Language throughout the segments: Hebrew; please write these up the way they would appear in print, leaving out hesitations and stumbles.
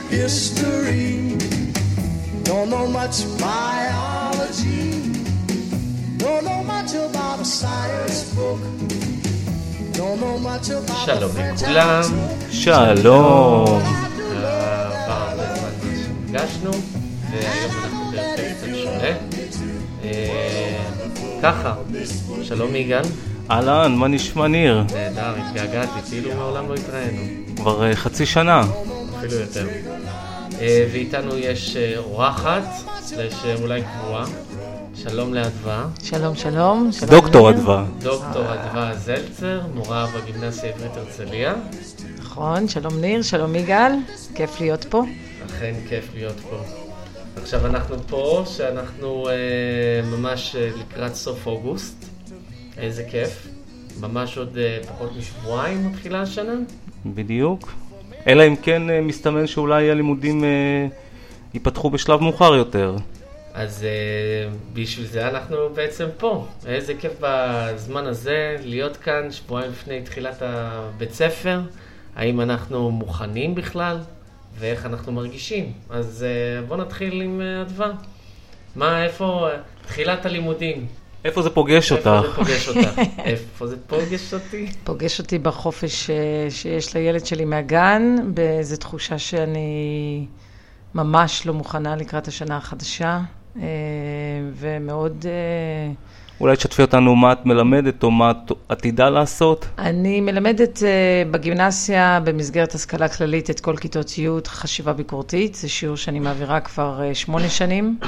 history. Don't know much biology. Don't know much about a science book. Don't know much about שלום לכולם. שלום. עבר הרבה זמן שנפגשנו, והיום אנחנו בפרק קצת שונה. ככה, שלום יגאל. אהלן, מה נשמע ניר? נהדר, התגעגעתי, כאילו מעולם לא התראינו. כבר חצי שנה. אפילו יותר. ואיתנו יש אורחת, אולי קבועה. שלום לאדווה. שלום, שלום. דוקטור אדווה. דוקטור אדווה זלצר, מורה בגימנסיה העברית הרצליה. נכון, שלום ניר, שלום יגאל, כיף להיות פה. אכן כיף להיות פה. עכשיו אנחנו פה, שאנחנו ממש לקראת סוף אוגוסט. איזה כיף. ממש עוד פחות משבועיים מתחילה השנה. בדיוק. אלא אם כן מסתמן שאולי הלימודים ייפתחו בשלב מאוחר יותר. אז בשביל זה אנחנו בעצם פה. איזה כיף בזמן הזה להיות כאן שבועיים לפני תחילת הבית ספר. האם אנחנו מוכנים בכלל? ואיך אנחנו מרגישים? אז בוא נתחיל עם אדווה. איפה תחילת הלימודים? איפה זה פוגש אותך? איפה זה פוגש אותך? איפה זה פוגש אותי? פוגש אותי בחופש שיש לילד שלי מהגן, באיזו תחושה שאני ממש לא מוכנה לקראת השנה החדשה, ומאוד... אולי תשתפי אותנו מה את מלמדת או מה את עתידה לעשות? אני מלמדת בגימנסיה במסגרת השכלה כללית את כל כיתות י' חשיבה ביקורתית. זה שיעור שאני מעבירה כבר 8 שנים.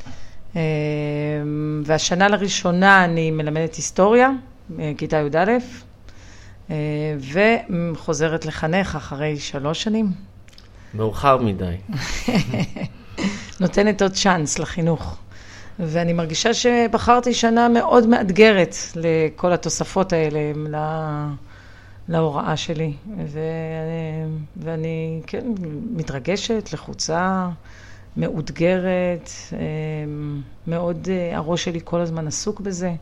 והשנה לראשונה אני מלמדת היסטוריה, כיתה י"א, וחוזרת לחנך אחרי 3 שנים. מאוחר מדי. נותנת עוד צ'אנס לחינוך. ואני מרגישה שבחרתי שנה מאוד מאתגרת לכל התוספות האלה להוראה שלי. ואני כן מתרגשת, לחוצה, מאותגרת, מאוד, הראש שלי כל הזמן עסוק בזה.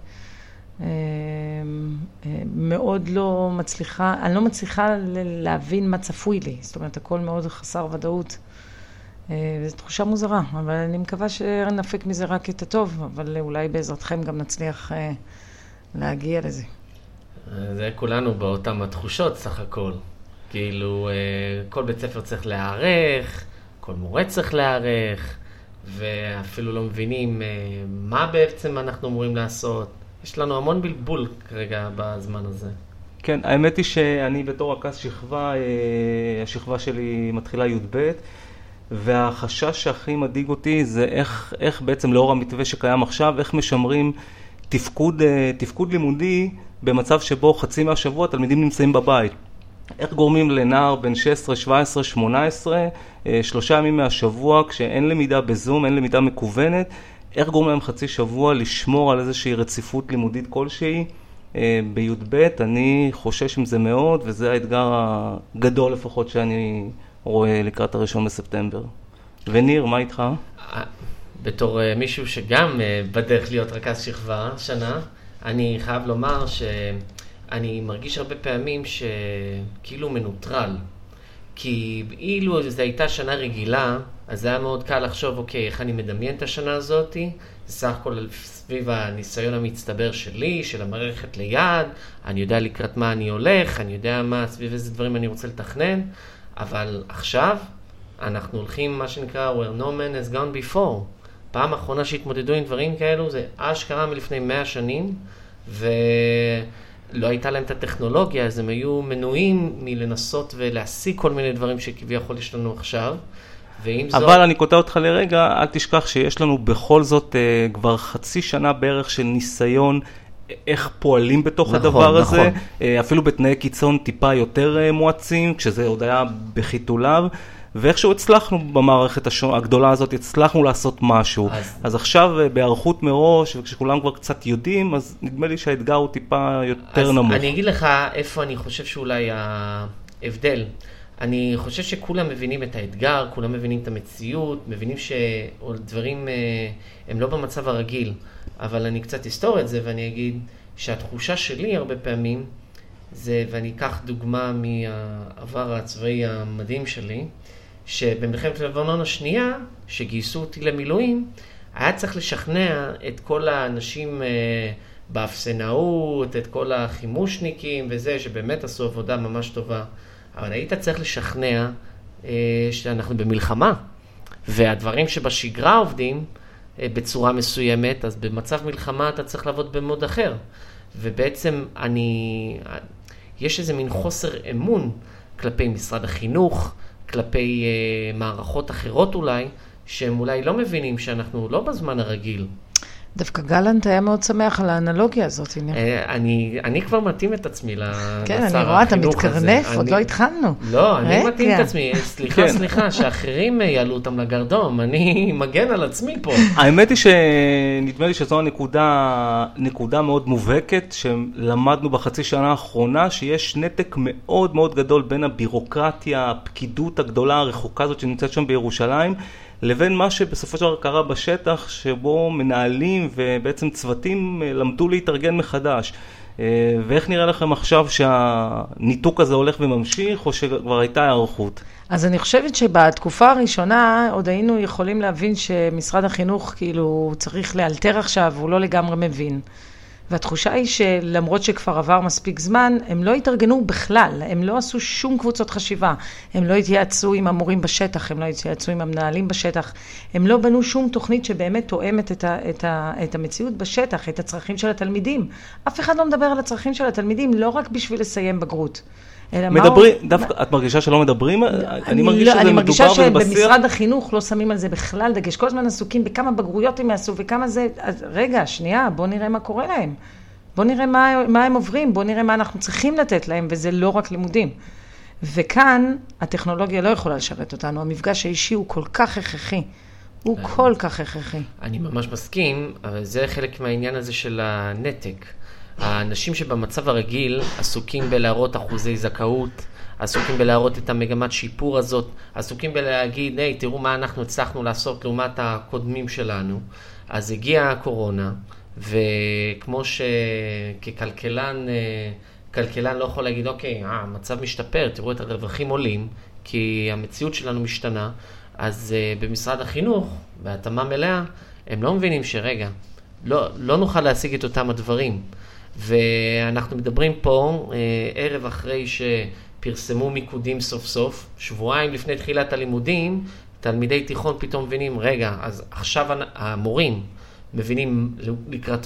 מאוד לא מצליחה, אני לא מצליחה להבין מה צפוי לי. זאת אומרת, הכל מאוד חסר ודאות. זו תחושה מוזרה, אבל אני מקווה שנפיק מזה רק את הטוב, אבל אולי בעזרתכם גם נצליח להגיע לזה. זה כולנו באותם התחושות סך הכל. כאילו, כל בית ספר צריך להיערך, כל מורה צריך להיערך, ואפילו לא מבינים מה בעצם אנחנו אמורים לעשות. יש לנו המון בלבול כרגע בזמן הזה. כן, האמת היא שאני בתור רכז שכבה, השכבה שלי מתחילה י"ב, והחשש שהכי מדאיג אותי זה איך בעצם לאור המתווה שקיים עכשיו, איך משמרים תפקוד לימודי במצב שבו חצי מהשבוע תלמידים נמצאים בבית. איך גורמים לנער בין 16, 17, 18, 3 ימים מהשבוע, כשאין למידה בזום, אין למידה מקוונת, איך גורמים להם חצי שבוע לשמור על איזושהי רציפות לימודית כלשהי בי"ב? אני חושש עם זה מאוד, וזה האתגר הגדול לפחות שאני רואה לקראת 1 בספטמבר. וניר, מה איתך? בתור מישהו שגם בדרך להיות רכז שכבה שנה, אני חייב לומר שאני מרגיש הרבה פעמים שכאילו מנוטרל. כי אילו זו הייתה שנה רגילה, אז זה היה מאוד קל לחשוב, אוקיי, איך אני מדמיין את השנה הזאת? זה סך הכל סביב הניסיון המצטבר שלי, של המערכת ליד, אני יודע לקראת מה אני הולך, אני יודע סביב איזה דברים אני רוצה לתכנן, אבל עכשיו אנחנו הולכים מה שנקרא where no man has gone before. פעם האחרונה שהתמודדו עם דברים כאלו זה אשכרה מלפני 100 שנים, ולא הייתה להם את הטכנולוגיה, אז הם היו מנועים מלנסות ולהשיג כל מיני דברים שכביכול יש לנו עכשיו. אבל אני קוטע אותך לרגע, אל תשכח שיש לנו בכל זאת כבר חצי שנה בערך של ניסיון איך פועלים בתוך הדבר הזה, אפילו בתנאי קיצון טיפה יותר מואצים, כשזה עוד היה בחיתוליו, ואיכשהו הצלחנו במערכת הגדולה הזאת, הצלחנו לעשות משהו. אז עכשיו בהערכות מראש, וכשכולם כבר קצת יודעים, אז נדמה לי שהאתגר הוא טיפה יותר נמוך. אני אגיד לך איפה אני חושב שאולי ההבדל. אני חושב שכולם מבינים את האתגר, כולם מבינים את המציאות, מבינים שדברים הם לא במצב הרגיל, אבל אני קצת אסתור את זה ואני אגיד שהתחושה שלי הרבה פעמים זה, ואני אקח דוגמה מהעבר הצבאי המדהים שלי, שבמלחמת לבנון השנייה, שגייסו אותי למילואים, היה צריך לשכנע את כל האנשים באפסנאות, את כל החימושניקים וזה, שבאמת עשו עבודה ממש טובה. אבל היית צריך לשכנע שאנחנו במלחמה, והדברים שבשגרה עובדים בצורה מסוימת, אז במצב מלחמה אתה צריך לעבוד במוד אחר. ובעצם יש איזה מין חוסר אמון כלפי משרד החינוך, כלפי מערכות אחרות אולי, שהם אולי לא מבינים שאנחנו לא בזמן הרגיל. דווקא גלנט היה מאוד שמח על האנלוגיה הזאת. אני כבר מתאים את עצמי לשר החינוך הזה. כן, אני רואה, אתה מתקרנף, עוד לא התחלנו. לא, אני מתאים את עצמי. סליחה, שאחרים יעלו אותם לגרדום. אני מגן על עצמי פה. האמת היא שנדמה לי שזו נקודה מאוד מובהקת, שלמדנו בחצי שנה האחרונה, שיש נתק מאוד מאוד גדול בין הבירוקרטיה, הפקידות הגדולה הרחוקה הזאת שנמצאת שם בירושלים, לבין מה שבסופו של דבר קרה בשטח, שבו מנהלים ובעצם צוותים למדו להתארגן מחדש. ואיך נראה לכם עכשיו שהניתוק הזה הולך וממשיך, או שכבר הייתה הערכות? אז אני חושבת שבתקופה הראשונה עוד היינו יכולים להבין שמשרד החינוך כאילו צריך לאלתר עכשיו, הוא לא לגמרי מבין. והתחושה היא שלמרות שכבר עבר מספיק זמן, הם לא התארגנו בכלל, הם לא עשו שום קבוצות חשיבה, הם לא התייעצו עם המורים בשטח, הם לא התייעצו עם המנהלים בשטח, הם לא בנו שום תוכנית שבאמת תואמת את המציאות בשטח, את הצרכים של התלמידים. אף אחד לא מדבר על הצרכים של התלמידים, לא רק בשביל לסיים בגרות. דווקא את מרגישה שלא מדברים? אני מרגישה שזה מדובר וזה בשיח. אני מרגישה שבמשרד החינוך לא שמים על זה בכלל דגש. כל הזמן עסוקים בכמה בגרויות הם יעשו וכמה זה. אז רגע, שנייה, בוא נראה מה קורה להם. בוא נראה מה הם עוברים, בוא נראה מה אנחנו צריכים לתת להם, וזה לא רק לימודים. וכאן הטכנולוגיה לא יכולה לשרת אותנו. המפגש האישי הוא כל כך הכרחי. הוא כל כך הכרחי. אני ממש מסכים, אבל זה חלק מהעניין הזה של הנתק. האנשים שבמצב הרגיל עסוקים בלהראות אחוזי זכאות, עסוקים בלהראות את המגמת שיפור הזאת, עסוקים בלהגיד, היי, תראו מה אנחנו הצלחנו לעשות לעומת הקודמים שלנו. אז הגיעה הקורונה, וכמו שככלכלן, כלכלן לא יכול להגיד, אוקיי, המצב משתפר, תראו את הרווחים עולים, כי המציאות שלנו משתנה, אז במשרד החינוך, בהתאמה מלאה, הם לא מבינים שרגע, לא נוכל להשיג את אותם הדברים. ואנחנו מדברים פה ערב אחרי שפרסמו מיקודים סוף סוף, שבועיים לפני תחילת הלימודים, תלמידי תיכון פתאום מבינים, רגע, אז עכשיו המורים מבינים לקראת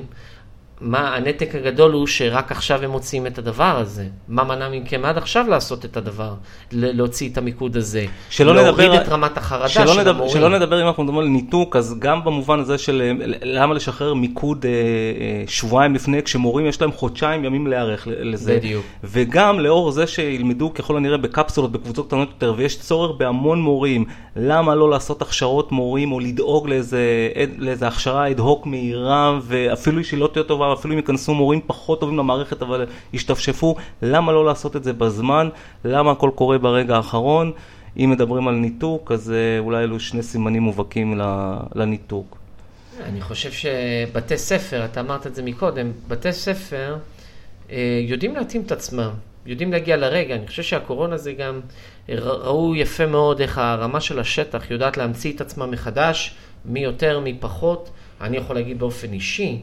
מה הנתק הגדול הוא שרק עכשיו הם מוצאים את הדבר הזה. מה מנע מכם עד עכשיו לעשות את הדבר, להוציא את המיקוד הזה, להוריד את רמת החרדה של המורים. שלא נדבר אם אנחנו מדברים על ניתוק, אז גם במובן הזה של למה לשחרר מיקוד שבועיים לפני, כשמורים יש להם חודשיים ימים להיערך לזה. בדיוק. וגם לאור זה שילמדו ככל הנראה בקפסולות, בקבוצות קטנות יותר, ויש צורך בהמון מורים, למה לא לעשות הכשרות מורים, או לדאוג לאיזה הכשרה אד-הוק מהירה, ואפילו שהיא לא תהיה טובה, אפילו אם ייכנסו מורים פחות טובים למערכת, אבל ישתפשפו, למה לא לעשות את זה בזמן? למה הכל קורה ברגע האחרון? אם מדברים על ניתוק, אז אולי אלו שני סימנים מובהקים לניתוק. אני חושב שבתי ספר, אתה אמרת את זה מקודם, בתי ספר יודעים להתאים את עצמם, יודעים להגיע לרגע. אני חושב שהקורונה זה גם ראו יפה מאוד איך הרמה של השטח יודעת להמציא את עצמה מחדש, מי יותר, מי פחות. אני יכול להגיד באופן אישי,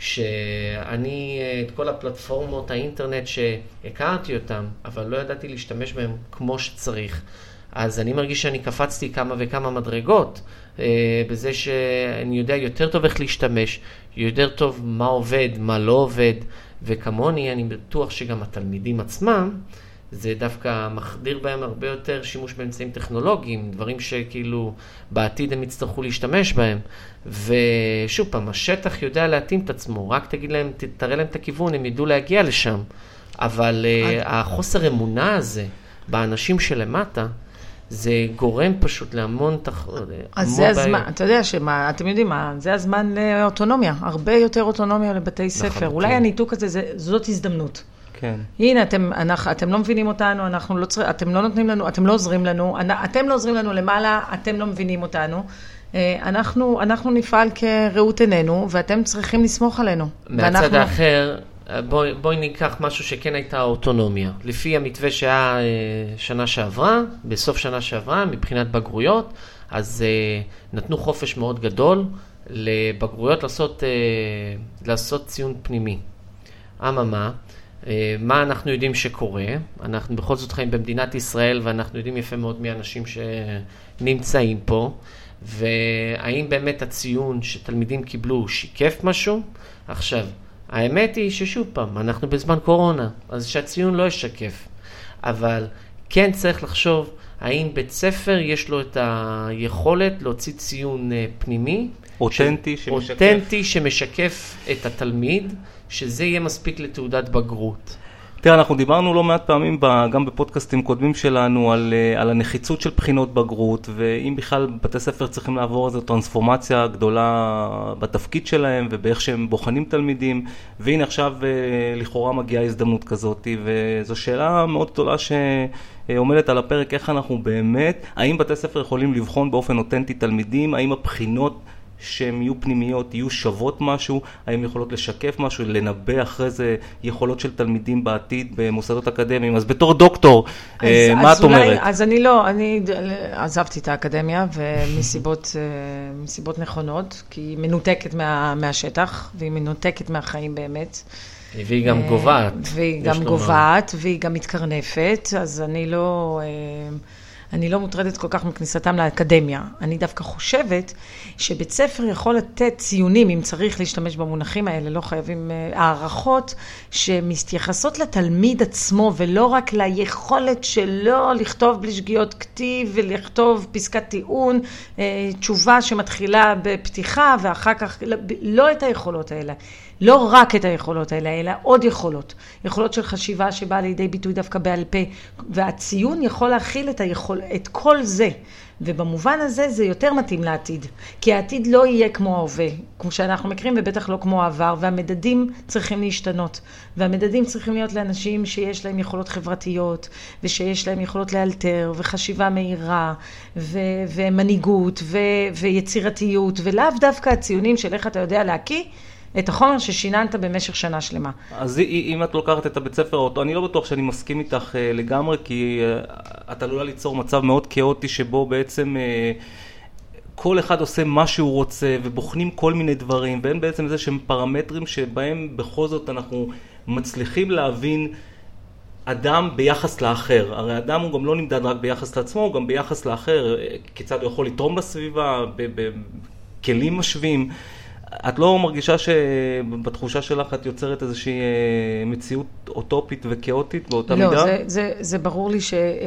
שאני את כל הפלטפורמות האינטרנט שהכרתי אותם, אבל לא ידעתי להשתמש בהם כמו שצריך. אז אני מרגיש שאני קפצתי כמה וכמה מדרגות, בזה שאני יודע יותר טוב איך להשתמש, יותר טוב מה עובד, מה לא עובד, וכמוני אני בטוח שגם התלמידים עצמם, זה דווקא מחדיר בהם הרבה יותר שימוש באמצעים טכנולוגיים, דברים שכאילו בעתיד הם יצטרכו להשתמש בהם. ושוב פעם, השטח יודע להתאים את עצמו, רק תגיד להם, תראה להם את הכיוון, הם ידעו להגיע לשם. אבל החוסר אמונה הזה באנשים שלמטה, זה גורם פשוט להמון אז זה הזמן, אתה יודע שמה, אתם יודעים מה, זה הזמן לאוטונומיה, הרבה יותר אוטונומיה לבתי ספר. אולי הניתוק הזה, זאת הזדמנות. כן. הנה, אתם לא מבינים אותנו, אתם לא נותנים לנו, אתם לא עוזרים לנו, אתם לא עוזרים לנו למעלה, אתם לא מבינים אותנו. אנחנו נפעל כראות עינינו, ואתם צריכים לסמוך עלינו. מהצד האחר, בואי ניקח משהו שכן הייתה אוטונומיה. לפי המתווה שהיה שנה שעברה, בסוף שנה שעברה, מבחינת בגרויות, אז נתנו חופש מאוד גדול לבגרויות לעשות ציון פנימי. אממה, מה אנחנו יודעים שקורה? אנחנו בכל זאת חיים במדינת ישראל, ואנחנו יודעים יפה מאוד מי האנשים שנמצאים פה, והאם באמת הציון שתלמידים קיבלו שיקף משהו? עכשיו, האמת היא ששוב פעם, אנחנו בזמן קורונה, אז שהציון לא ישקף. אבל כן צריך לחשוב, האם בית ספר יש לו את היכולת להוציא ציון פנימי, אותנטי שמשקף את התלמיד, שזה יהיה מספיק לתעודת בגרות. תראה, אנחנו דיברנו לא מעט פעמים גם בפודקאסטים קודמים שלנו על הנחיצות של בחינות בגרות, ואם בכלל בתי ספר צריכים לעבור איזו טרנספורמציה גדולה בתפקיד שלהם ובאיך שהם בוחנים תלמידים, והנה עכשיו לכאורה מגיעה הזדמנות כזאת, וזו שאלה מאוד גדולה שעומדת על הפרק, איך אנחנו באמת, האם בתי ספר יכולים לבחון באופן אותנטי תלמידים, האם הבחינות שהן יהיו פנימיות, יהיו שוות משהו, האם יכולות לשקף משהו, לנבא אחרי זה יכולות של תלמידים בעתיד במוסדות אקדמיים. אז בתור דוקטור, מה את אומרת? אז אני עזבתי את האקדמיה, ומסיבות נכונות, כי היא מנותקת מהשטח, והיא מנותקת מהחיים באמת. והיא גם גובעת. והיא גם גובעת, והיא גם מתקרנפת, אז אני לא מוטרדת כל כך מכניסתם לאקדמיה. אני דווקא חושבת שבית ספר יכול לתת ציונים, אם צריך להשתמש במונחים האלה, לא חייבים הערכות, שמתייחסות לתלמיד עצמו, ולא רק ליכולת שלו לכתוב בלי שגיאות כתיב, ולכתוב פסקת טיעון, תשובה שמתחילה בפתיחה, ואחר כך לא את היכולות האלה. לא רק את היכולות האלה, אלא עוד יכולות. יכולות של חשיבה שבאה לידי ביטוי דווקא בעל פה, והציון יכול להכיל את כל זה. ובמובן הזה זה יותר מתאים לעתיד, כי העתיד לא יהיה כמו ההווה, כמו שאנחנו מכירים, ובטח לא כמו העבר, והמדדים צריכים להשתנות. והמדדים צריכים להיות לאנשים שיש להם יכולות חברתיות, ושיש להם יכולות לאלתר, וחשיבה מהירה, ומנהיגות, ויצירתיות, ולאו דווקא הציונים של איך אתה יודע להקיא, את החומר ששיננת במשך שנה שלמה. אז אם את לוקחת את הבית ספר, אני לא בטוח שאני מסכים איתך לגמרי, כי את עלולה ליצור מצב מאוד כאוטי, שבו בעצם כל אחד עושה מה שהוא רוצה, ובוחנים כל מיני דברים, ואין בעצם איזה שהם פרמטרים שבהם בכל זאת אנחנו מצליחים להבין אדם ביחס לאחר. הרי אדם הוא גם לא נמדד רק ביחס לעצמו, הוא גם ביחס לאחר, כיצד הוא יכול לתרום לסביבה, בכלים משווים. את לא מרגישה שבתחושה שלך את יוצרת איזושהי מציאות אוטופית וכאוטית באותה מידה? לא, זה ברור לי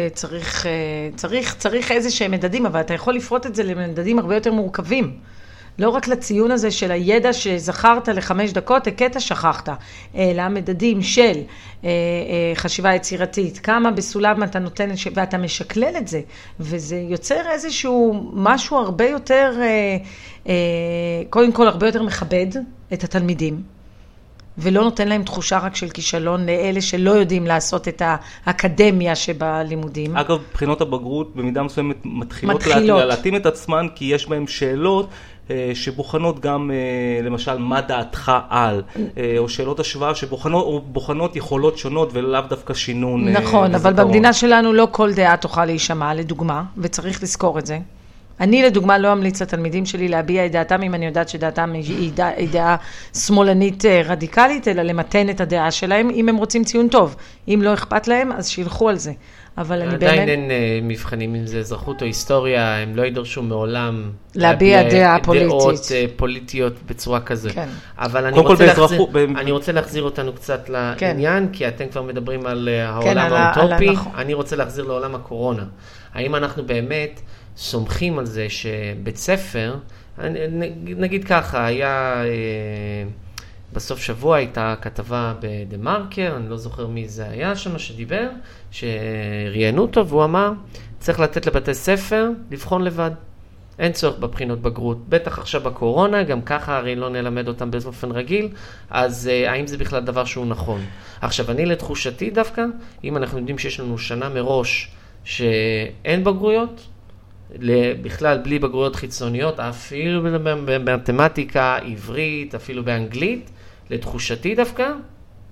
שצריך איזה שהם מדדים, אבל אתה יכול לפרוט את זה למדדים הרבה יותר מורכבים. לא רק לציון הזה של הידע שזכרת ל5 דקות, הקטע שכחת, אלא מדדים של חשיבה יצירתית, כמה בסולם אתה נותן ואתה משקלל את זה, וזה יוצר איזשהו משהו הרבה יותר, קודם כל הרבה יותר מכבד את התלמידים, ולא נותן להם תחושה רק של כישלון לאלה שלא יודעים לעשות את האקדמיה שבלימודים. אגב, בחינות הבגרות במידה מסוימת מתחילות להתאים את עצמן, כי יש בהם שאלות שבוחנות גם, למשל, מה דעתך על, או שאלות השוואה שבוחנות יכולות שונות ולאו דווקא שינון. נכון, אבל במדינה שלנו לא כל דעה תוכל להישמע, לדוגמה, וצריך לזכור את זה. אני לדוגמה לא אמליץ לתלמידים שלי להביע את דעתם אם אני יודעת שדעתם היא דעה שמאלנית רדיקלית, אלא למתן את הדעה שלהם אם הם רוצים ציון טוב. אם לא אכפת להם, אז שילכו על זה. אבל אני באמת... עדיין אין מבחנים אם זה אזרחות או היסטוריה, הם לא ידרשו מעולם להביע דעה פוליטית. דעות פוליטיות בצורה כזו. כן. אבל אני רוצה להחזיר אותנו קצת לעניין, כי אתם כבר מדברים על העולם האוטופי. אני רוצה להחזיר לעולם הקורונה. האם אנחנו באמת סומכים על זה שבית ספר, נגיד ככה, היה בסוף שבוע הייתה כתבה בדה מרקר, אני לא זוכר מי זה היה שם שדיבר, שראיינו אותו והוא אמר, צריך לתת לבתי ספר לבחון לבד. אין צורך בבחינות בגרות, בטח עכשיו בקורונה, גם ככה הרי לא נלמד אותם באופן רגיל, אז האם זה בכלל דבר שהוא נכון? עכשיו, אני לתחושתי דווקא, אם אנחנו יודעים שיש לנו שנה מראש שאין בגרויות, בכלל בלי בגרויות חיצוניות, אפילו במתמטיקה, עברית, אפילו באנגלית, לתחושתי דווקא,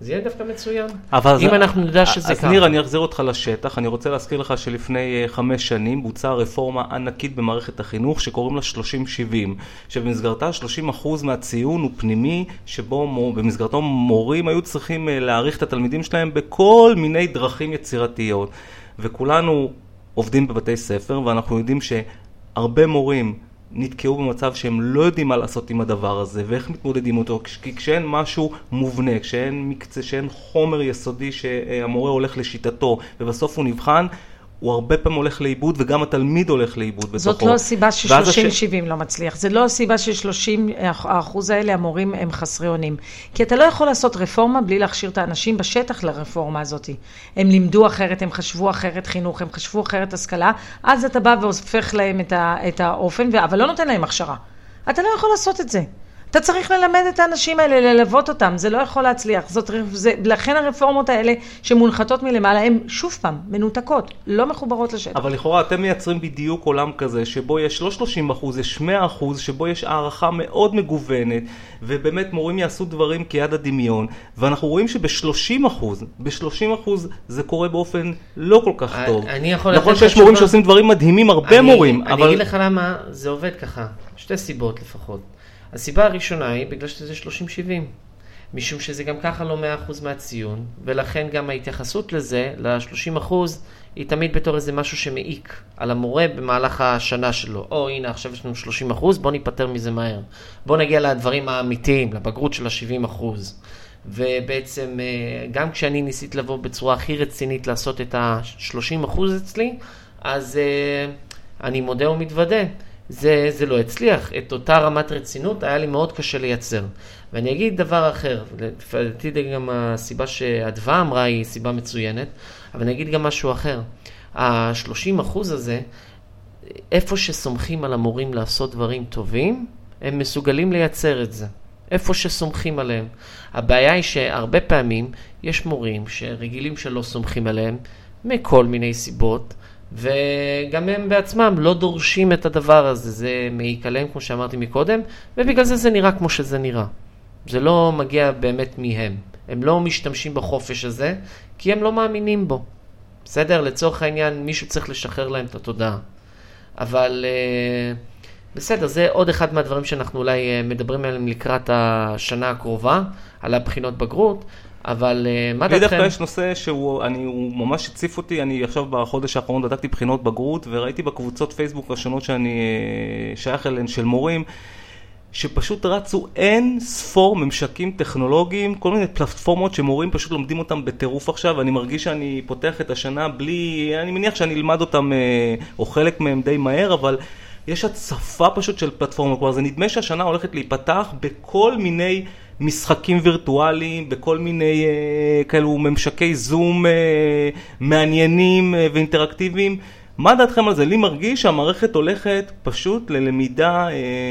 זה יהיה דווקא מצוין. אם אנחנו נדע שזה ככה. אז ניר, אני אחזיר אותך לשטח. אני רוצה להזכיר לך שלפני 5 שנים בוצעה רפורמה ענקית במערכת החינוך שקוראים לה 30-70, שבמסגרתה 30% מהציון הוא פנימי, שבו במסגרתו מורים היו צריכים להעריך את התלמידים שלהם בכל מיני דרכים יצירתיות. וכולנו עובדים בבתי ספר, ואנחנו יודעים שהרבה מורים נתקעו במצב שהם לא יודעים מה לעשות עם הדבר הזה, ואיך מתמודדים אותו, כי כשאין משהו מובנה, כשאין חומר יסודי שהמורה הולך לשיטתו, ובסוף הוא נבחן, הוא הרבה פעמים הולך לאיבוד, וגם התלמיד הולך לאיבוד בתוכו. זאת לא הסיבה ש-30-70 לא מצליח. זה לא הסיבה ש-30% האלה המורים הם חסרי אונים. כי אתה לא יכול לעשות רפורמה בלי להכשיר את האנשים בשטח לרפורמה הזאת. הם לימדו אחרת, הם חשבו אחרת חינוך, הם חשבו אחרת השכלה, אז אתה בא והופך להם את האופן, אבל לא נותן להם הכשרה. אתה לא יכול לעשות את זה. אתה צריך ללמד את האנשים האלה, ללוות אותם, זה לא יכול להצליח. לכן הרפורמות האלה שמונחתות מלמעלה, הן שוב פעם מנותקות, לא מחוברות לשטח. אבל לכאורה אתם מייצרים בדיוק עולם כזה, שבו יש לא 30%, יש 100%, שבו יש הערכה מאוד מגוונת, ובאמת מורים יעשו דברים כיד הדמיון, ואנחנו רואים ב-30% זה קורה באופן לא כל כך טוב. נכון שיש מורים שעושים דברים מדהימים, הרבה מורים. אני אגיד לך למה זה עובד ככה, 2 סיבות לפחות. הסיבה הראשונה היא בגלל שזה 30-70, משום שזה גם ככה לא 100% מהציון, ולכן גם ההתייחסות לזה, ל-30%, היא תמיד בתור איזה משהו שמעיק על המורה במהלך השנה שלו. או הנה עכשיו יש לנו 30%, בוא ניפטר מזה מהר. בוא נגיע לדברים האמיתיים, לבגרות של ה-70%. ובעצם גם כשאני ניסית לבוא בצורה הכי רצינית לעשות את ה-30% אצלי, אז אני מודה ומתוודה. זה לא הצליח. את אותה רמת רצינות היה לי מאוד קשה לייצר. ואני אגיד דבר אחר, לפעמים גם הסיבה שהדווה אמרה היא סיבה מצוינת, אבל אני אגיד גם משהו אחר. ה-30% הזה, איפה שסומכים על המורים לעשות דברים טובים, הם מסוגלים לייצר את זה. איפה שסומכים עליהם. הבעיה היא שהרבה פעמים יש מורים שרגילים שלא סומכים עליהם, מכל מיני סיבות, וגם הם בעצמם לא דורשים את הדבר הזה, זה מעיק עליהם כמו שאמרתי מקודם, ובגלל זה נראה כמו שזה נראה. זה לא מגיע באמת מהם. הם לא משתמשים בחופש הזה, כי הם לא מאמינים בו. בסדר? לצורך העניין, מישהו צריך לשחרר להם את התודעה. אבל בסדר, זה עוד אחד מהדברים שאנחנו אולי מדברים עליהם לקראת השנה הקרובה, על הבחינות בגרות, אבל מה דעתכם? דווקא יש נושא שהוא ממש הציף אותי, אני עכשיו בחודש האחרון בדקתי בחינות בגרות, וראיתי בקבוצות פייסבוק השונות שאני שייך אליהן של מורים, שפשוט רצו אין ספור ממשקים טכנולוגיים, כל מיני פלטפורמות שמורים פשוט לומדים אותם בטירוף עכשיו, ואני מרגיש שאני פותח את השנה בלי, אני מניח שאני אלמד אותם, או חלק מהם די מהר, אבל יש הצפה פשוט של פלטפורמות, כלומר זה נדמה שהשנה הולכת להיפתח בכל מיני משחקים וירטואליים, בכל מיני כאלו ממשקי זום מעניינים ואינטראקטיביים. מה דעתכם על זה? לי מרגיש שהמערכת הולכת פשוט ללמידה,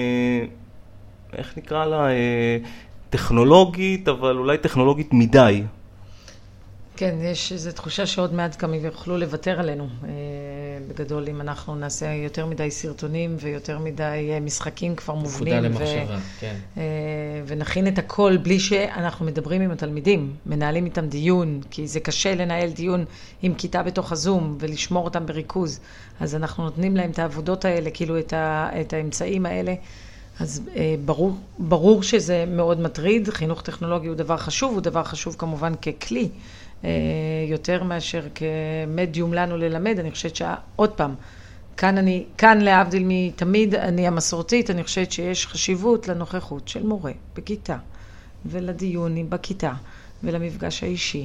איך נקרא לה, טכנולוגית, אבל אולי טכנולוגית מדי. כן, יש איזו תחושה שעוד מעט גם יוכלו לוותר עלינו. בגדול, אם אנחנו נעשה יותר מדי סרטונים ויותר מדי משחקים כבר מובנים. למחשבה, כן. ונכין את הכל בלי שאנחנו מדברים עם התלמידים, מנהלים איתם דיון, כי זה קשה לנהל דיון עם כיתה בתוך הזום ולשמור אותם בריכוז. אז אנחנו נותנים להם את העבודות האלה, כאילו את האמצעים האלה. אז ברור שזה מאוד מטריד. חינוך טכנולוגי הוא דבר חשוב, הוא דבר חשוב כמובן ככלי. יותר מאשר כמדיום לנו ללמד. אני חושבת שעוד פעם, כאן להבדיל מתמיד, אני המסורתית, אני חושבת שיש חשיבות לנוכחות של מורה בכיתה, ולדיונים בכיתה, ולמפגש האישי,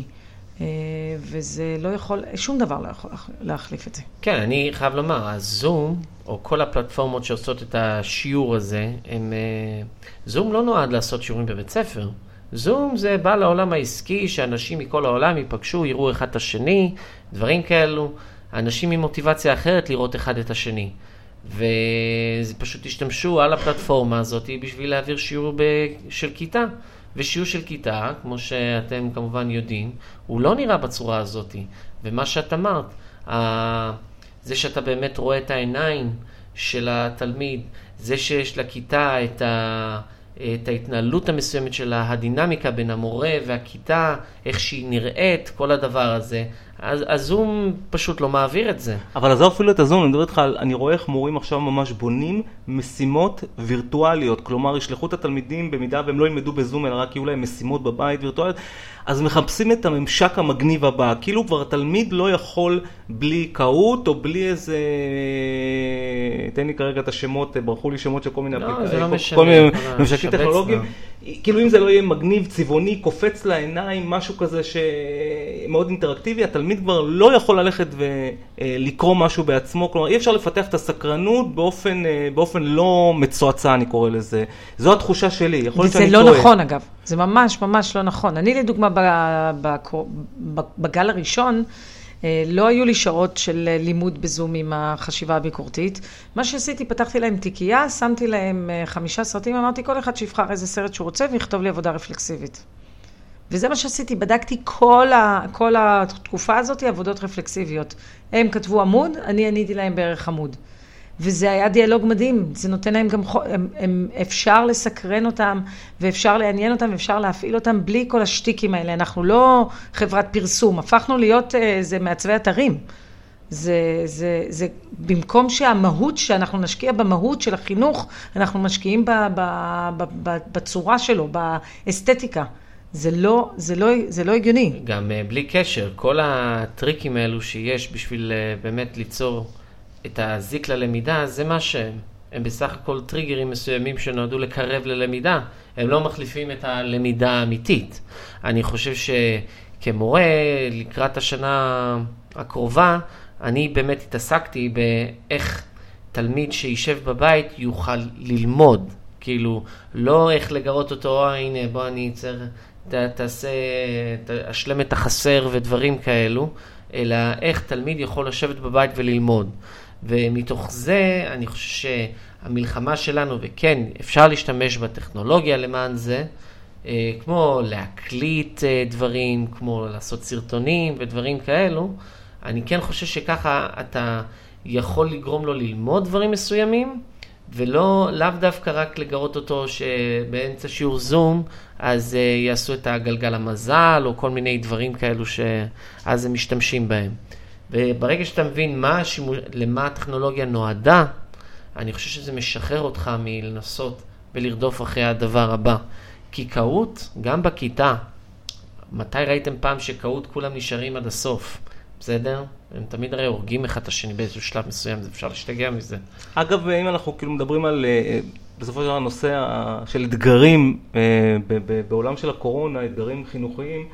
וזה לא יכול, שום דבר לא יכול להחליף את זה. כן, אני חייב לומר, הזום, או כל הפלטפורמות שעושות את השיעור הזה, זום לא נועד לעשות שיעורים בבית ספר. זום זה בא לעולם העסקי, שאנשים מכל העולם ייפגשו, יראו אחד את השני, דברים כאלו. אנשים עם מוטיבציה אחרת לראות אחד את השני. וזה פשוט השתמשו על הפלטפורמה הזאת בשביל להעביר שיעור של כיתה. ושיעור של כיתה, כמו שאתם כמובן יודעים, הוא לא נראה בצורה הזאת. ומה שאת אמרת, זה שאתה באמת רואה את העיניים של התלמיד, זה שיש לכיתה את ההתנהלות המסוימת שלה, הדינמיקה בין המורה והכיתה, איך שהיא נראית, כל הדבר הזה. אז הזום פשוט לא מעביר את זה. אבל עזוב אפילו את הזום, אני מדבר איתך, אני רואה איך מורים עכשיו ממש בונים משימות וירטואליות, כלומר ישלחו את התלמידים במידה והם לא ילמדו בזום, אלא רק יהיו להם משימות בבית וירטואליות, אז מחפשים את הממשק המגניב הבא, כאילו כבר התלמיד לא יכול בלי קהות או בלי איזה, תן לי כרגע את השמות, ברחו לי שמות של כל מיני כל מיני ממשקים טכנולוגיים, כאילו אם זה לא יהיה מגניב, צבעוני, קופץ לעיניים, משהו כזה שמאוד אינטראקטיבי, התלמיד כבר לא יכול ללכת ולקרוא משהו בעצמו, כלומר אי אפשר לפתח את הסקרנות באופן לא מצועצע, אני קורא לזה. זו התחושה שלי, יכול להיות שאני טועה. זה לא נכון אגב, זה ממש ממש לא נכון. אני לדוגמה בגל הראשון, לא היו לי שעות של לימוד בזום עם החשיבה הביקורתית. מה שעשיתי, פתחתי להם תיקייה, שמתי להם 5 סרטים, אמרתי כל אחד שיבחר איזה סרט שהוא רוצה ויכתוב לי עבודה רפלקסיבית. וזה מה שעשיתי, בדקתי כל התקופה הזאת, עבודות רפלקסיביות. הם כתבו עמוד, אני עניתי להם בערך עמוד. וזה היה דיאלוג מדהים, זה נותן להם גם, אפשר לסקרן אותם, ואפשר לעניין אותם, ואפשר להפעיל אותם, בלי כל השטיקים האלה. אנחנו לא חברת פרסום, הפכנו להיות זה מעצבי אתרים. זה במקום שהמהות, שאנחנו נשקיע במהות של החינוך, אנחנו משקיעים בצורה שלו, באסתטיקה. זה לא הגיוני. גם בלי קשר, כל הטריקים האלו שיש בשביל באמת ליצור את הזיק ללמידה, זה מה שהם. הם בסך הכל טריגרים מסוימים שנועדו לקרב ללמידה. הם לא מחליפים את הלמידה האמיתית. אני חושב שכמורה, לקראת השנה הקרובה, אני באמת התעסקתי באיך תלמיד שישב בבית יוכל ללמוד. כאילו, לא איך לגרות אותו, הנה, בוא אני אשלם את החסר ודברים כאלו, אלא איך תלמיד יכול לשבת בבית וללמוד. ומתוך זה אני חושב שהמלחמה שלנו, וכן, אפשר להשתמש בטכנולוגיה למען זה, כמו להקליט דברים, כמו לעשות סרטונים ודברים כאלו, אני כן חושב שככה אתה יכול לגרום לו ללמוד דברים מסוימים, ולא לאו דווקא רק לגרות אותו שבאמצע שיעור זום, אז יעשו את הגלגל המזל, או כל מיני דברים כאלו שאז הם משתמשים בהם. וברגע שאתה מבין למה הטכנולוגיה נועדה, אני חושב שזה משחרר אותך מלנסות ולרדוף אחרי הדבר הבא. כי קהות, גם בכיתה, מתי ראיתם פעם שקהות כולם נשארים עד הסוף? בסדר? הם תמיד הרי הורגים אחד את השני באיזשהו שלב מסוים, זה אפשר להשתגע מזה. אגב, אם אנחנו כאילו מדברים על, בסופו של דבר, הנושא של אתגרים בעולם של הקורונה, אתגרים חינוכיים,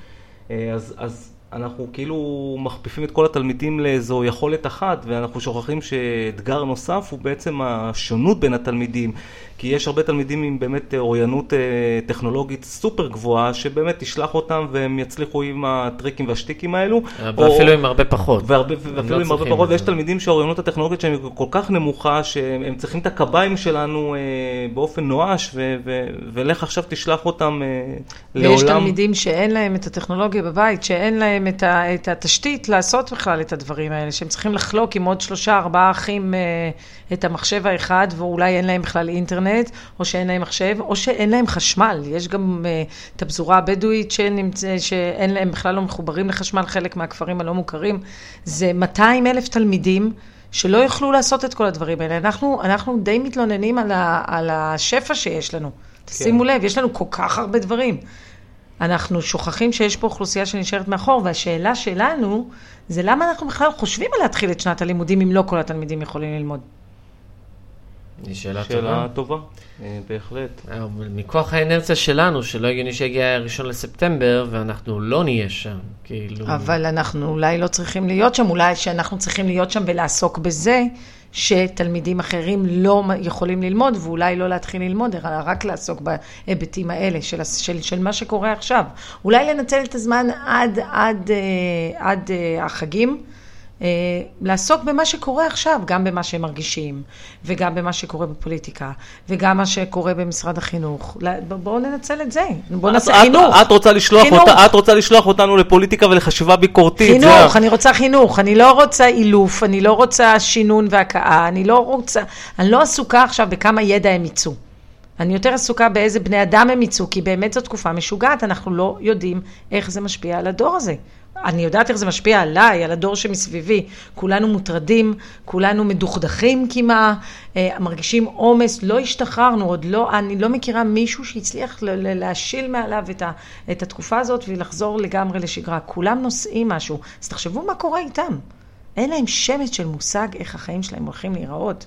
אז אנחנו כאילו מכפיפים את כל התלמידים לאיזו יכולת אחת, ואנחנו שוכחים שאתגר נוסף הוא בעצם השונות בין התלמידים, כי יש הרבה תלמידים עם באמת אוריינות טכנולוגית סופר גבוהה, שבאמת תשלח אותם והם יצליחו עם הטריקים והשטיקים האלו. ואפילו עם הרבה פחות. ואפילו עם הרבה פחות, ויש תלמידים שהאוריינות הטכנולוגית שלהם כל כך נמוכה, שהם צריכים את הקביים שלנו באופן נואש, ולך עכשיו תשלח אותם לעולם. ויש תלמידים שאין להם את הטכנולוגיה בבית, שאין להם את התשתית לעשות בכלל את הדברים האלה, שהם צריכים לחלוק עם עוד 3-4 אחים את המחשב האחד, ואולי אין להם בכלל אינטרנט, או שאין להם מחשב, או שאין להם חשמל. יש גם את הפזורה הבדואית שאין להם בכלל לא מחוברים לחשמל, חלק מהכפרים הלא מוכרים. זה 200,000 תלמידים שלא יוכלו לעשות את כל הדברים האלה. אנחנו די מתלוננים על השפע שיש לנו. תשימו לב, יש לנו כל כך הרבה דברים. אנחנו שוכחים שיש פה אוכלוסייה שנשארת מאחור, והשאלה שלנו זה למה אנחנו בכלל חושבים על להתחיל את שנת הלימודים אם לא כל התלמידים יכולים ללמוד. שאלה טובה, בהחלט. מכוח האנרציה שלנו, שלא הגיוני שיגיע 1 לספטמבר, ואנחנו לא נהיה שם, כאילו. אבל אנחנו אולי לא צריכים להיות שם, אולי שאנחנו צריכים להיות שם ולעסוק בזה, שתלמידים אחרים לא יכולים ללמוד, ואולי לא להתחיל ללמוד, אלא רק לעסוק בהיבטים האלה של מה שקורה עכשיו. אולי לנצל את הזמן עד החגים, לעסוק במה שקורה עכשיו, גם במה שהם מרגישים, וגם במה שקורה בפוליטיקה, וגם מה שקורה במשרד החינוך. בואו ננצל את זה. בואו נעשה חינוך. את רוצה לשלוח אותנו לפוליטיקה ולחשיבה ביקורתית. חינוך, אני רוצה חינוך. אני לא רוצה אילוף, אני לא רוצה שינון והקאה, אני לא עסוקה עכשיו בכמה ידע הם ייצאו. אני יותר עסוקה באיזה בני אדם הם יצאו, כי באמת זו תקופה משוגעת, אנחנו לא יודעים איך זה משפיע על הדור הזה. אני יודעת איך זה משפיע עליי, על הדור שמסביבי. כולנו מוטרדים, כולנו מדוכדכים כמעט, מרגישים עומס, לא השתחררנו, עוד לא, אני לא מכירה מישהו שהצליח להשיל מעליו את התקופה הזאת ולחזור לגמרי לשגרה. כולם נושאים משהו, אז תחשבו מה קורה איתם. אין להם שמץ של מושג איך החיים שלהם הולכים להיראות.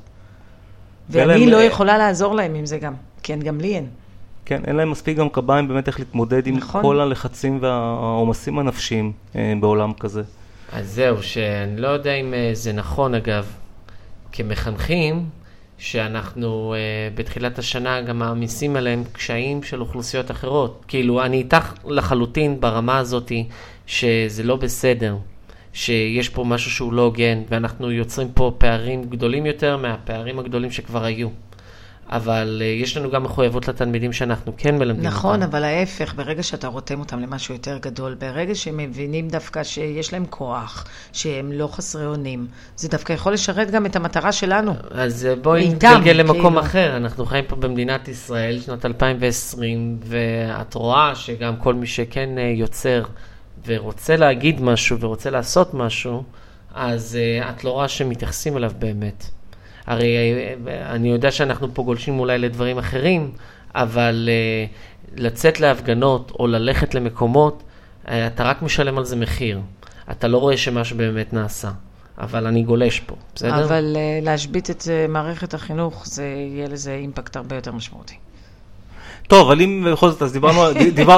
ואני לא יכולה לעזור להם עם זה גם, כן, גם לי אין. כן, אין להם מספיק גם קביים באמת איך להתמודד עם כל הלחצים והעומסים הנפשיים בעולם כזה. אז זהו, שאני לא יודע אם זה נכון אגב, כמחנכים, שאנחנו בתחילת השנה גם מעמיסים עליהם קשיים של אוכלוסיות אחרות. כאילו, אני איתך לחלוטין ברמה הזאת שזה לא בסדר, שיש פה משהו שהוא לא הוגן, ואנחנו יוצרים פה פערים גדולים יותר מהפערים הגדולים שכבר היו. אבל יש לנו גם מחויבות לתלמידים שאנחנו כן מלמדים אותם. נכון, אבל ההפך, ברגע שאתה רותם אותם למשהו יותר גדול, ברגע שהם מבינים דווקא שיש להם כוח, שהם לא חסרי אונים, זה דווקא יכול לשרת גם את המטרה שלנו. אז בואי נתגלגל למקום אחר. אנחנו חיים פה במדינת ישראל, שנת 2020, ואת רואה שגם כל מי שכן יוצר ורוצה להגיד משהו ורוצה לעשות משהו, אז את לא רואה שמתייחסים אליו באמת. הרי אני יודע שאנחנו פה גולשים אולי לדברים אחרים, אבל לצאת להפגנות או ללכת למקומות, אתה רק משלם על זה מחיר. אתה לא רואה שמשהו באמת נעשה. אבל אני גולש פה, בסדר? אבל להשבית את מערכת החינוך, זה יהיה לזה אימפקט הרבה יותר משמעותי. טוב, אבל אם בכל זאת, אז דיברנו,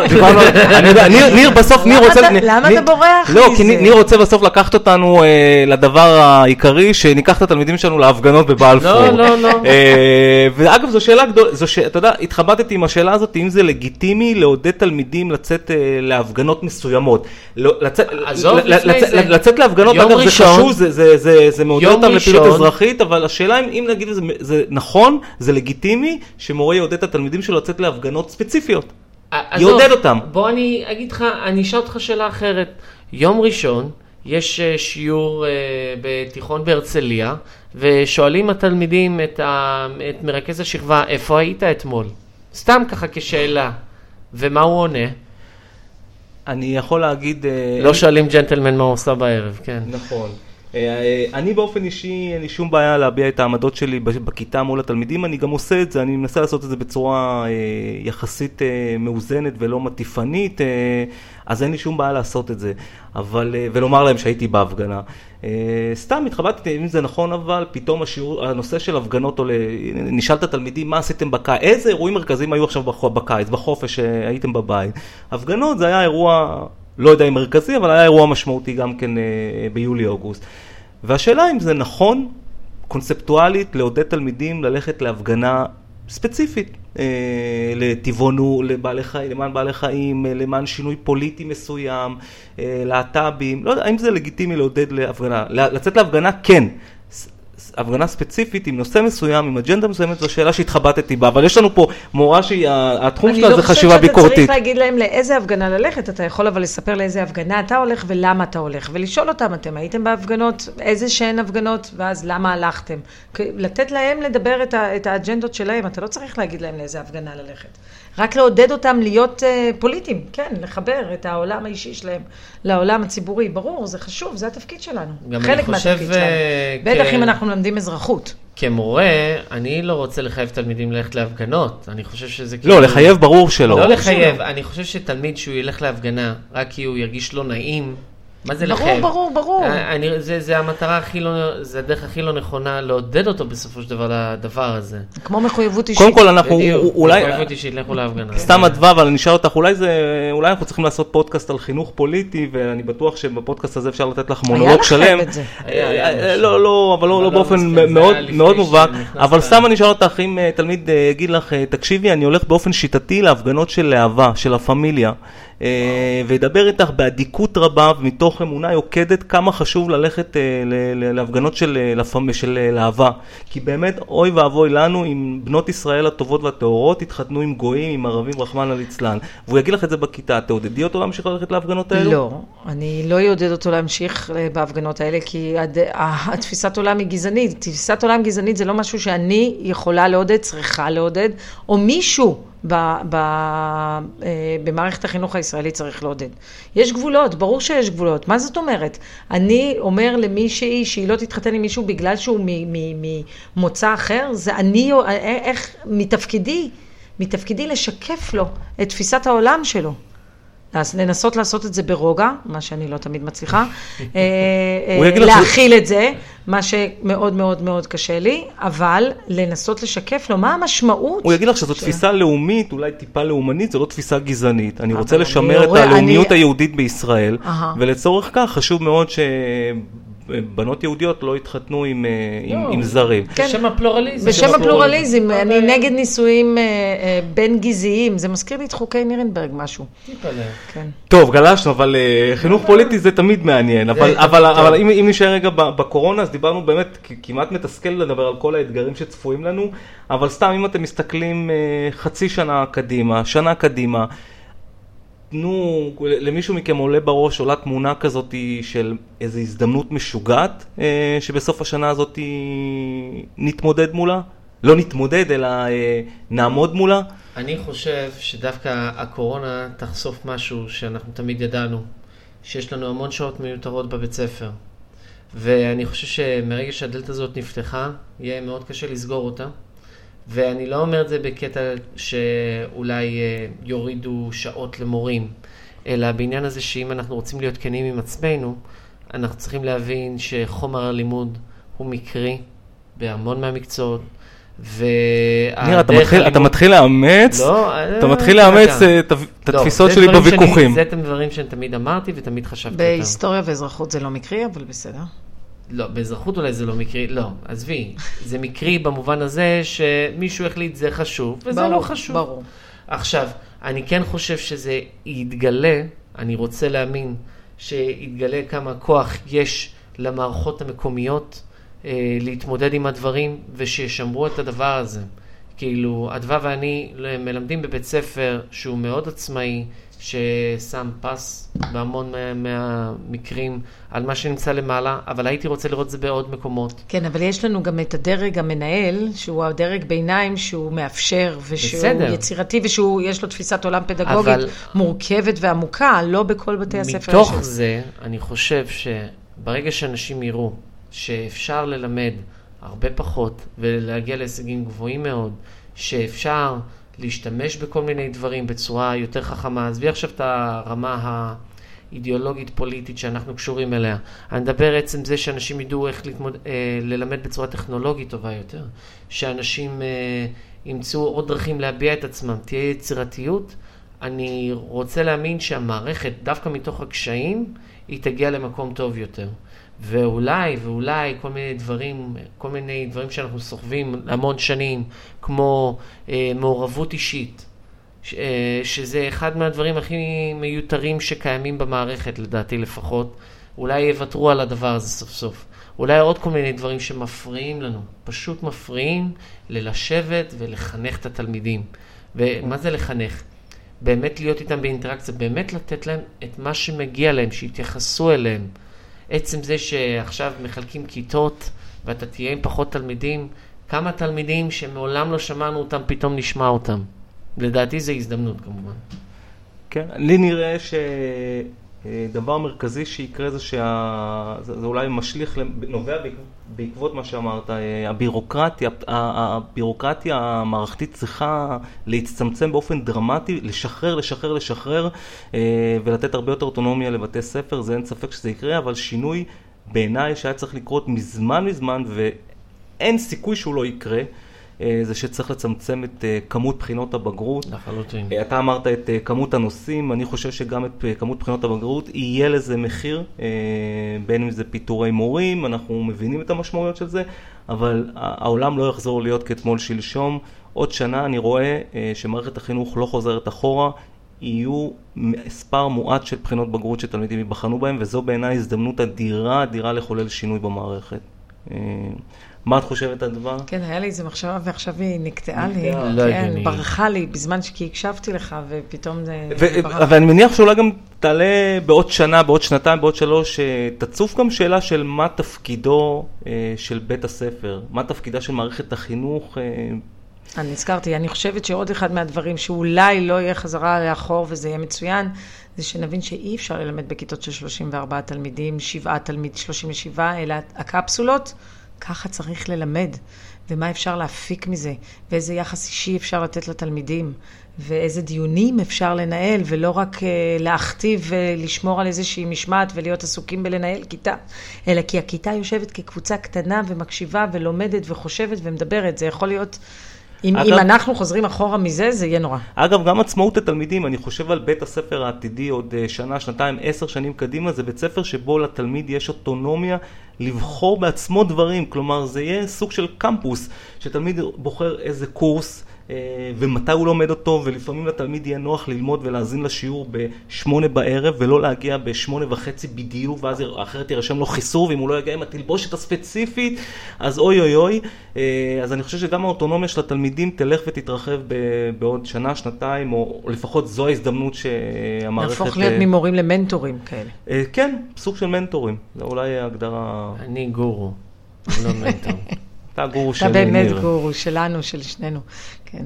אני יודע, ניר בסוף, ניר רוצה... למה אתה בורח? לא, כי ניר רוצה בסוף לקחת אותנו לדבר העיקרי, שניקח את התלמידים שלנו להפגנות בבלפור. לא. ואגב, זו שאלה גדולה, אתה יודע, התחבטתי עם השאלה הזאת, אם זה לגיטימי לעודד תלמידים לצאת להפגנות מסוימות. לצאת להפגנות, אגב, זה חשוב, זה מעודד אותם לפעילות אזרחית, אבל השאלה אם נגיד זה נכון, זה לגיטימי, שמורה יעודד את התלמידים שלו לצאת להפגנות ספציפיות. יעודד אותם. בוא אני אגיד לך, אני אשאל אותך שאלה אחרת. יום ראשון יש שיעור בתיכון בהרצליה, ושואלים התלמידים את מרכז השכבה, איפה היית אתמול? סתם ככה כשאלה. ומה הוא עונה? אני יכול להגיד... לא שואלים ג'נטלמן מה הוא עושה בערב, כן. נכון. אני באופן אישי, אין לי שום בעיה להביע את העמדות שלי בכיתה מול התלמידים, אני גם עושה את זה, אני מנסה לעשות את זה בצורה יחסית מאוזנת ולא מטיפנית, אז אין לי שום בעיה לעשות את זה, ולומר להם שהייתי בהפגנה. סתם התחבטתי אם זה נכון, אבל פתאום הנושא של הפגנות עולה, נשאלת התלמידים מה עשיתם בקיץ, איזה אירועים מרכזיים היו עכשיו בקיץ, בחופש שהייתם בבית. הפגנות זה היה אירוע... לא יודע אם מרכזי, אבל היה אירוע משמעותי גם כן ביולי-אוגוסט. והשאלה אם זה נכון, קונספטואלית, לעודד תלמידים ללכת להפגנה ספציפית, לטבעונות, למען בעלי חיים, למען שינוי פוליטי מסוים, להט"בים, לא יודע, האם זה לגיטימי לעודד להפגנה? לצאת להפגנה, כן. הפגנה ספציפית עם נושא מסוים, עם אג'נדה מסוימת, זו שאלה שהתחבטתי בה, אבל יש לנו פה מורה שהתחום שלה זה חשיבה ביקורתית. אני לא חושבת שאתה צריך להגיד להם לאיזה הפגנה ללכת, אתה יכול אבל לספר לאיזה הפגנה אתה הולך ולמה אתה הולך, ולשאול אותם, אתם הייתם בהפגנות, איזה שהן הפגנות, ואז למה הלכתם. לתת להם לדבר את האג'נדות שלהם, אתה לא צריך להגיד להם לאיזה הפגנה ללכת. רק לעודד אותם להיות פוליטיים, כן, לחבר את העולם האישי שלהם לעולם הציבורי, ברור, זה חשוב, זה התפקיד שלנו. חלק מהתפקיד שלנו. בטח אם אנחנו מלמדים אזרחות. כמורה, אני לא רוצה לחייב תלמידים ללכת להפגנות. אני חושב שזה... לא, לחייב ברור שלא. לא לחייב. אני חושב שתלמיד שהוא ילך להפגנה, רק כי הוא ירגיש לא נעים, מה זה לחייב? ברור. זה המטרה הכי לא, זה הדרך הכי לא נכונה לעודד אותו בסופו של דבר לדבר הזה. כמו מחויבות אישית. קודם כל אנחנו אולי... מחויבות אישית, לכו להפגנה. סתם הדבר, אבל אני אשאל אותך, אולי אנחנו צריכים לעשות פודקאסט על חינוך פוליטי, ואני בטוח שבפודקאסט הזה אפשר לתת לך מונולוג שלם. היה לכם את זה. אבל לא באופן מאוד מובהק. אבל סתם אני אשאל אותך, אם תלמיד יגיד לך, תקשיבי, אני הולך באופן שיטתי להפגנות של להבה, של הפמיליה. וידבר איתך בעדיקות רבה ומתוך אמונה יוקדת כמה חשוב ללכת להפגנות של להבה. כי באמת אוי ואבוי לנו אם בנות ישראל הטובות והטהורות התחתנו עם גויים, עם ערבים רחמן על אצלן. והוא יגיד לך את זה בכיתה, תעודדי אותו להמשיך ללכת להפגנות האלו? לא, אני לא יעודד אותו להמשיך בהפגנות האלה, כי התפיסת עולם היא גזענית. תפיסת עולם גזענית זה לא משהו שאני יכולה לעודד, צריכה לעודד, או מישהו במערכת החינוך הישראלית צריך לעודד. יש גבולות, ברור שיש גבולות. מה זאת אומרת? אני אומר למישהי שהיא לא תתחתן עם מישהו בגלל שהוא ממוצא אחר, זה אני, איך מתפקידי לשקף לו את תפיסת העולם שלו. לנסות לעשות את זה ברוגע, מה שאני לא תמיד מצליחה, להכיל את זה, מה שמאוד מאוד מאוד קשה לי, אבל לנסות לשקף לו מה המשמעות. הוא יגיד לך שזו תפיסה לאומית, אולי טיפה לאומנית, זו לא תפיסה גזענית. אני רוצה לשמר את הלאומיות היהודית בישראל, ולצורך כך חשוב מאוד בנות יהודיות לא התחתנו עם זרים. בשם הפלורליזם. בשם הפלורליזם, אני נגד נישואים בין גזעיים, זה מזכיר לי את חוקי נירנברג משהו. טוב, גלשנו, אבל חינוך פוליטי זה תמיד מעניין, אבל אם נשאר רגע בקורונה, אז דיברנו באמת, כמעט מתסכל לדבר על כל האתגרים שצפויים לנו, אבל סתם אם אתם מסתכלים חצי שנה קדימה, שנה קדימה, תנו, למישהו מכם עולה בראש, עולה תמונה כזאת של איזו הזדמנות משוגעת, שבסוף השנה הזאת נתמודד מולה? לא נתמודד, אלא נעמוד מולה? אני חושב שדווקא הקורונה תחשוף משהו שאנחנו תמיד ידענו, שיש לנו המון שעות מיותרות בבית ספר. ואני חושב שמרגע שהדלת הזאת נפתחה, יהיה מאוד קשה לסגור אותה. ואני לא אומר את זה בקטע שאולי יורידו שעות למורים, אלא בעניין הזה שאם אנחנו רוצים להיות כנים עם עצמנו, אנחנו צריכים להבין שחומר הלימוד הוא מקרי בהמון מהמקצועות, נראה, אתה מתחיל לאמץ, אתה מתחיל לאמץ את התפיסות שלי בוויכוחים. זה אתם דברים שאני תמיד אמרתי ותמיד חשבתי אותם. בהיסטוריה ואזרחות זה לא מקרי, אבל בסדר. לא, באזרחות אולי זה לא מקרי, לא, עזבי, זה מקרי במובן הזה שמישהו החליט זה חשוב, וזה לא חשוב. ברור. עכשיו, אני כן חושב שזה יתגלה, אני רוצה להאמין שיתגלה כמה כוח יש למערכות המקומיות להתמודד עם הדברים, ושישמרו את הדבר הזה. כאילו, אדווה ואני מלמדים בבית ספר שהוא מאוד עצמאי, ששם פס בהמון מהמקרים על מה שנמצא למעלה, אבל הייתי רוצה לראות זה בעוד מקומות. כן, אבל יש לנו גם את הדרג המנהל, שהוא הדרג ביניים, שהוא מאפשר, ושהוא יצירתי, ויש לו תפיסת עולם פדגוגית מורכבת ועמוקה, לא בכל בתי הספר. מתוך זה, אני חושב שברגע שאנשים יראו שאפשר ללמד הרבה פחות, ולהגיע להישגים גבוהים מאוד, שאפשר להשתמש בכל מיני דברים בצורה יותר חכמה. עזבי עכשיו את הרמה האידיאולוגית פוליטית שאנחנו קשורים אליה. אני מדבר עצם זה שאנשים ידעו איך ללמד בצורה טכנולוגית טובה יותר. שאנשים ימצאו עוד דרכים להביע את עצמם. תהיה יצירתיות. אני רוצה להאמין שהמערכת, דווקא מתוך הקשיים, היא תגיע למקום טוב יותר. ואולי כל מיני דברים שאנחנו סוחבים המון שנים, כמו מעורבות אישית, שזה אחד מהדברים הכי מיותרים שקיימים במערכת, לדעתי לפחות. אולי יוותרו על הדבר הזה סוף סוף. אולי עוד כל מיני דברים שמפריעים לנו, פשוט מפריעים ללשבת ולחנך את התלמידים. ומה זה לחנך? באמת להיות איתם באינטראקציה, באמת לתת להם את מה שמגיע להם, שיתייחסו אליהם. עצם זה שעכשיו מחלקים כיתות ואתה תהיה עם פחות תלמידים, כמה תלמידים שמעולם לא שמענו אותם, פתאום נשמע אותם. לדעתי זה הזדמנות כמובן. כן, לי נראה שדבר מרכזי שיקרה זה זה אולי משליך, נובע בעקבות מה שאמרת, הבירוקרטיה המערכתית צריכה להצטמצם באופן דרמטי, לשחרר, ולתת הרבה יותר אוטונומיה לבתי ספר, זה אין ספק שזה יקרה, אבל שינוי בעיניי שהיה צריך לקרות מזמן, ואין סיכוי שהוא לא יקרה, זה שצריך לצמצם את כמות בחינות הבגרות. לחלוטין. אתה אמרת את כמות הנושאים, אני חושב שגם את כמות בחינות הבגרות יהיה לזה מחיר, בין אם זה פיטורי מורים, אנחנו מבינים את המשמעויות של זה, אבל העולם לא יחזור להיות כאתמול שלשום. עוד שנה אני רואה שמערכת החינוך לא חוזרת אחורה, יהיו מספר מועט של בחינות בגרות שתלמידים ייבחנו בהם, וזו בעיניי הזדמנות אדירה לחולל שינוי במערכת. מה את חושבת על דבר? כן, היה לי איזה מחשבה, ועכשיו היא נקטעה לי. לא כן, הגיוני. ברחה לי, בזמן כי הקשבתי לך, ופתאום זה ברח. ואני מניח שאולי גם תעלה בעוד שנה, בעוד שנתיים, בעוד 3, תצוף גם שאלה של מה תפקידו של בית הספר, מה תפקידה של מערכת החינוך. אני הזכרתי, אני חושבת שעוד אחד מהדברים שאולי לא יהיה חזרה לאחור וזה יהיה מצוין, זה שנבין שאי אפשר ללמד בכיתות של 34 תלמידים, 37, אלא הקפסולות, ככה צריך ללמד, ומה אפשר להפיק מזה, ואיזה יחס אישי אפשר לתת לתלמידים, ואיזה דיונים אפשר לנהל, ולא רק להכתיב ולשמור על איזושהי משמעת ולהיות עסוקים בלנהל כיתה, אלא כי הכיתה יושבת כקבוצה קטנה ומקשיבה ולומדת וחושבת ומדברת. זה יכול להיות, אם אנחנו חוזרים אחורה מזה, זה יהיה נורא. אגב, גם עצמאות התלמידים, אני חושב על בית הספר העתידי עוד שנה, שנתיים, 10 שנים קדימה, זה בית ספר שבו לתלמיד יש אוטונומיה לבחור בעצמו דברים, כלומר זה יהיה סוג של קמפוס, שתלמיד בוחר איזה קורס ומתי הוא לומד אותו, ולפעמים לתלמיד יהיה נוח ללמוד ולהזין לשיעור ב8 בערב, ולא להגיע ב8:30 בדיוק, ואז אחרת ירשם לו חיסור, ואם הוא לא יגיע עם התלבושת הספציפית, אז אוי אוי אוי. אז אני חושב שגם האוטונומיה של התלמידים תלך ותתרחב בעוד שנה, שנתיים, או לפחות זו ההזדמנות שהמערכת... נהפוך להיות ממורים למנטורים כאלה. כן, סוג של מנטורים, זה אולי ההגדרה... אני גורו, לא מנטור. אתה גורו של ניר. אתה באמת ניר. גורו שלנו, של שנינו, כן.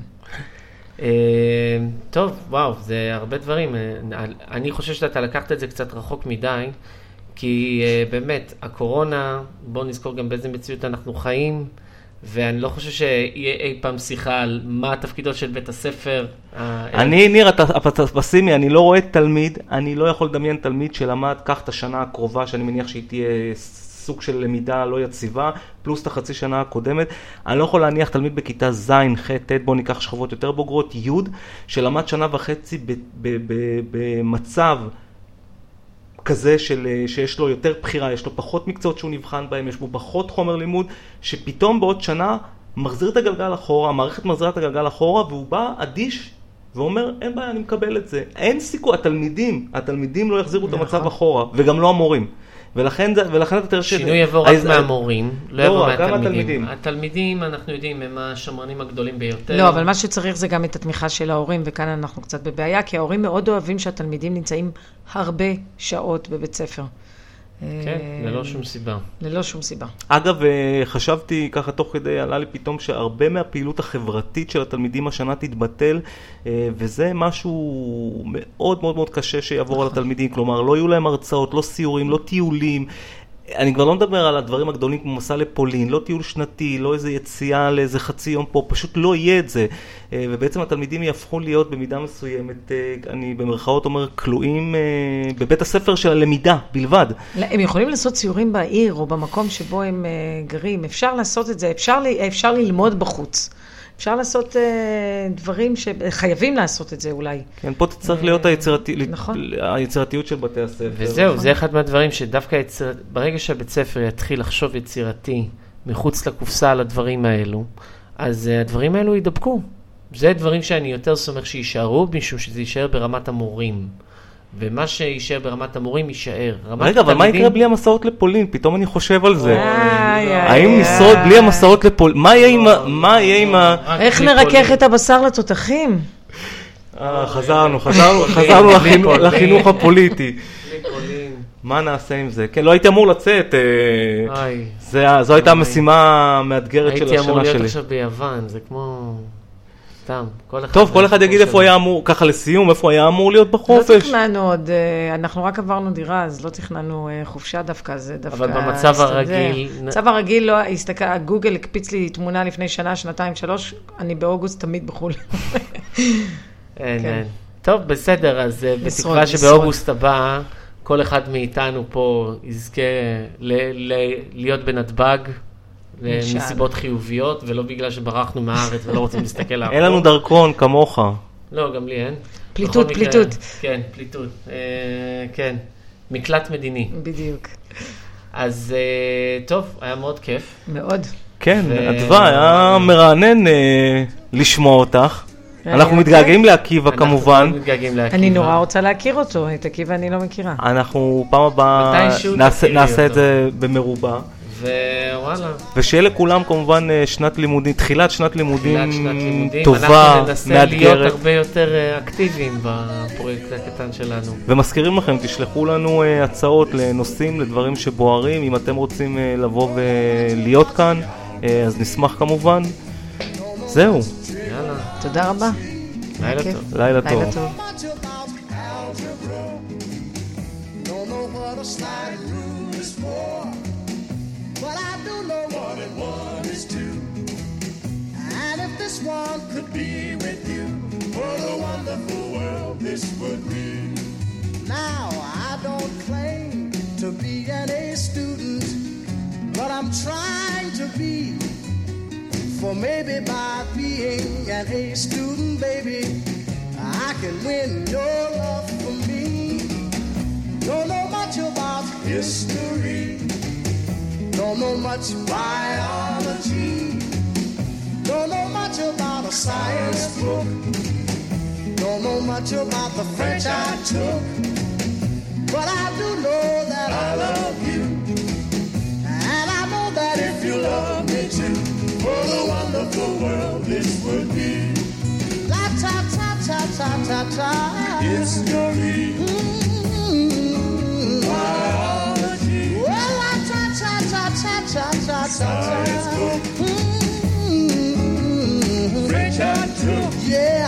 טוב, וואו, זה הרבה דברים. אני חושב שאתה לקחת את זה קצת רחוק מדי, כי באמת, הקורונה, בואו נזכור גם באיזה מציאות אנחנו חיים, ואני לא חושב שיהיה אי פעם שיחה על מה התפקידות של בית הספר. ניר, אתה פסימי, אני לא רואה תלמיד, אני לא יכול לדמיין תלמיד שלמד כך את השנה הקרובה, שאני מניח שהיא תהיה סוג של למידה לא יציבה, פלוס את החצי שנה הקודמת. אני לא יכול להניח תלמיד בכיתה ז', ח', ט', בוא ניקח שכבות יותר בוגרות, י', שלמד שנה וחצי במצב כזה שיש לו יותר בחירה, יש לו פחות מקצועות שהוא נבחן בהם, יש בו פחות חומר לימוד, שפתאום בעוד שנה מחזיר את הגלגל אחורה, המערכת מחזירה את הגלגל אחורה, והוא בא אדיש ואומר, אין בעיה, אני מקבל את זה. אין סיכוי, התלמידים לא יחזירו את המצב אחורה, וגם לא המורים. ולכן אתה תראה שינוי יבוא רק מהמורים, לא יבוא מהתלמידים. התלמידים, אנחנו יודעים, הם השמרנים הגדולים ביותר. לא, אבל מה שצריך זה גם את התמיכה של ההורים, וכאן אנחנו קצת בבעיה, כי ההורים מאוד אוהבים שהתלמידים נמצאים הרבה שעות בבית ספר. כן, ללא שום סיבה. ללא שום סיבה. אגב, חשבתי ככה תוך כדי, עלה לי פתאום שהרבה מהפעילות החברתית של התלמידים השנה תתבטל, וזה משהו מאוד מאוד מאוד קשה שיעבור על התלמידים, כלומר, לא יהיו להם הרצאות, לא סיורים, לא טיולים, אני כבר לא מדבר על הדברים הגדולים כמו מסע לפולין, לא טיול שנתי, לא איזה יציאה לאיזה חצי יום פה, פשוט לא יהיה את זה. ובעצם התלמידים יהפכו להיות במידה מסוימת, אני במרכאות אומר, כלואים בבית הספר של הלמידה בלבד. הם יכולים לעשות ציורים בעיר או במקום שבו הם גרים, אפשר לעשות את זה, אפשר ללמוד בחוץ. אפשר לעשות דברים שחייבים לעשות את זה אולי. כן, פה צריך להיות היצירתיות של בתי הספר. וזהו, זה אחד מהדברים שדווקא ברגע שהבית ספר יתחיל לחשוב יצירתי מחוץ לקופסה על הדברים האלו, אז הדברים האלו ידבקו. זה דברים שאני יותר סומך שישארו, משום שזה יישאר ברמת המורים. ומה שישאר ברמת המורים יישאר. רגע, אבל מה יקרה בלי המסעות לפולין? פתאום אני חושב על זה. האם נשרוד בלי המסעות לפולין? מה יהיה עם איך נרכך את הבשר לתותחים? חזרנו לחינוך הפוליטי. מה נעשה עם זה? כן, לא הייתי אמור לצאת. זו הייתה המשימה המאתגרת של השנה שלי. הייתי אמור להיות עכשיו ביוון, זה כמו... טוב, כל אחד יגיד איפה היה אמור, ככה לסיום, איפה היה אמור להיות בחופש. לא תכננו עוד, אנחנו רק עברנו דירה, אז לא תכננו חופשה דווקא, זה דווקא... אבל במצב הרגיל... במצב הרגיל לא, גוגל הקפיץ לי תמונה לפני שנה, שנתיים, 3, אני באוגוסט תמיד בחול. אין. טוב, בסדר, אז בתקווה שבאוגוסט הבא, כל אחד מאיתנו פה יזכה להיות בנתב"ג, מסיבות חיוביות, ולא בגלל שברחנו מהארץ ולא רוצים להסתכל לאחור. אין לנו דרכון כמוך. לא, גם לי אין. פליטות. כן, פליטות. כן, מקלט מדיני. בדיוק. אז טוב, היה מאוד כיף. מאוד. כן, אדווה, היה מרענן לשמוע אותך. אנחנו מתגעגעים לעקיבא כמובן. אנחנו מתגעגעים לעקיבא. אני נורא רוצה להכיר אותו, את עקיבא אני לא מכירה. אנחנו פעם הבאה נעשה את זה במרובע. ווואלה. ושיהיה לכולם כמובן שנת לימודים, תחילת שנת לימודים טובה, אנחנו ננסה להיות מאתגרת. הרבה יותר אקטיביים בפרויקט הקטן שלנו. ומזכירים לכם, תשלחו לנו הצעות לנושאים, לדברים שבוערים. אם אתם רוצים לבוא ולהיות כאן, אז נשמח כמובן. זהו. יאללה. תודה רבה. לילה טוב. לילה טוב. לילה טוב. Don't know what a slide rule is for, but I do know 1 and 1 is 2. And if this one could be with you, what a wonderful world this would be. Now I don't claim to be an A student, but I'm trying to be. For maybe by being an A student, baby, I can win your love for me. Don't know much about history, don't know much biology, don't know much about a science book, don't know much about the French I took, but I do know that I love you, and I know that if you love me too, what a wonderful world this would be. La ta ta ta ta ta ta. History. Biology. Well, la ta ta ta ta ta ta ta. Science book. French I took. Yeah.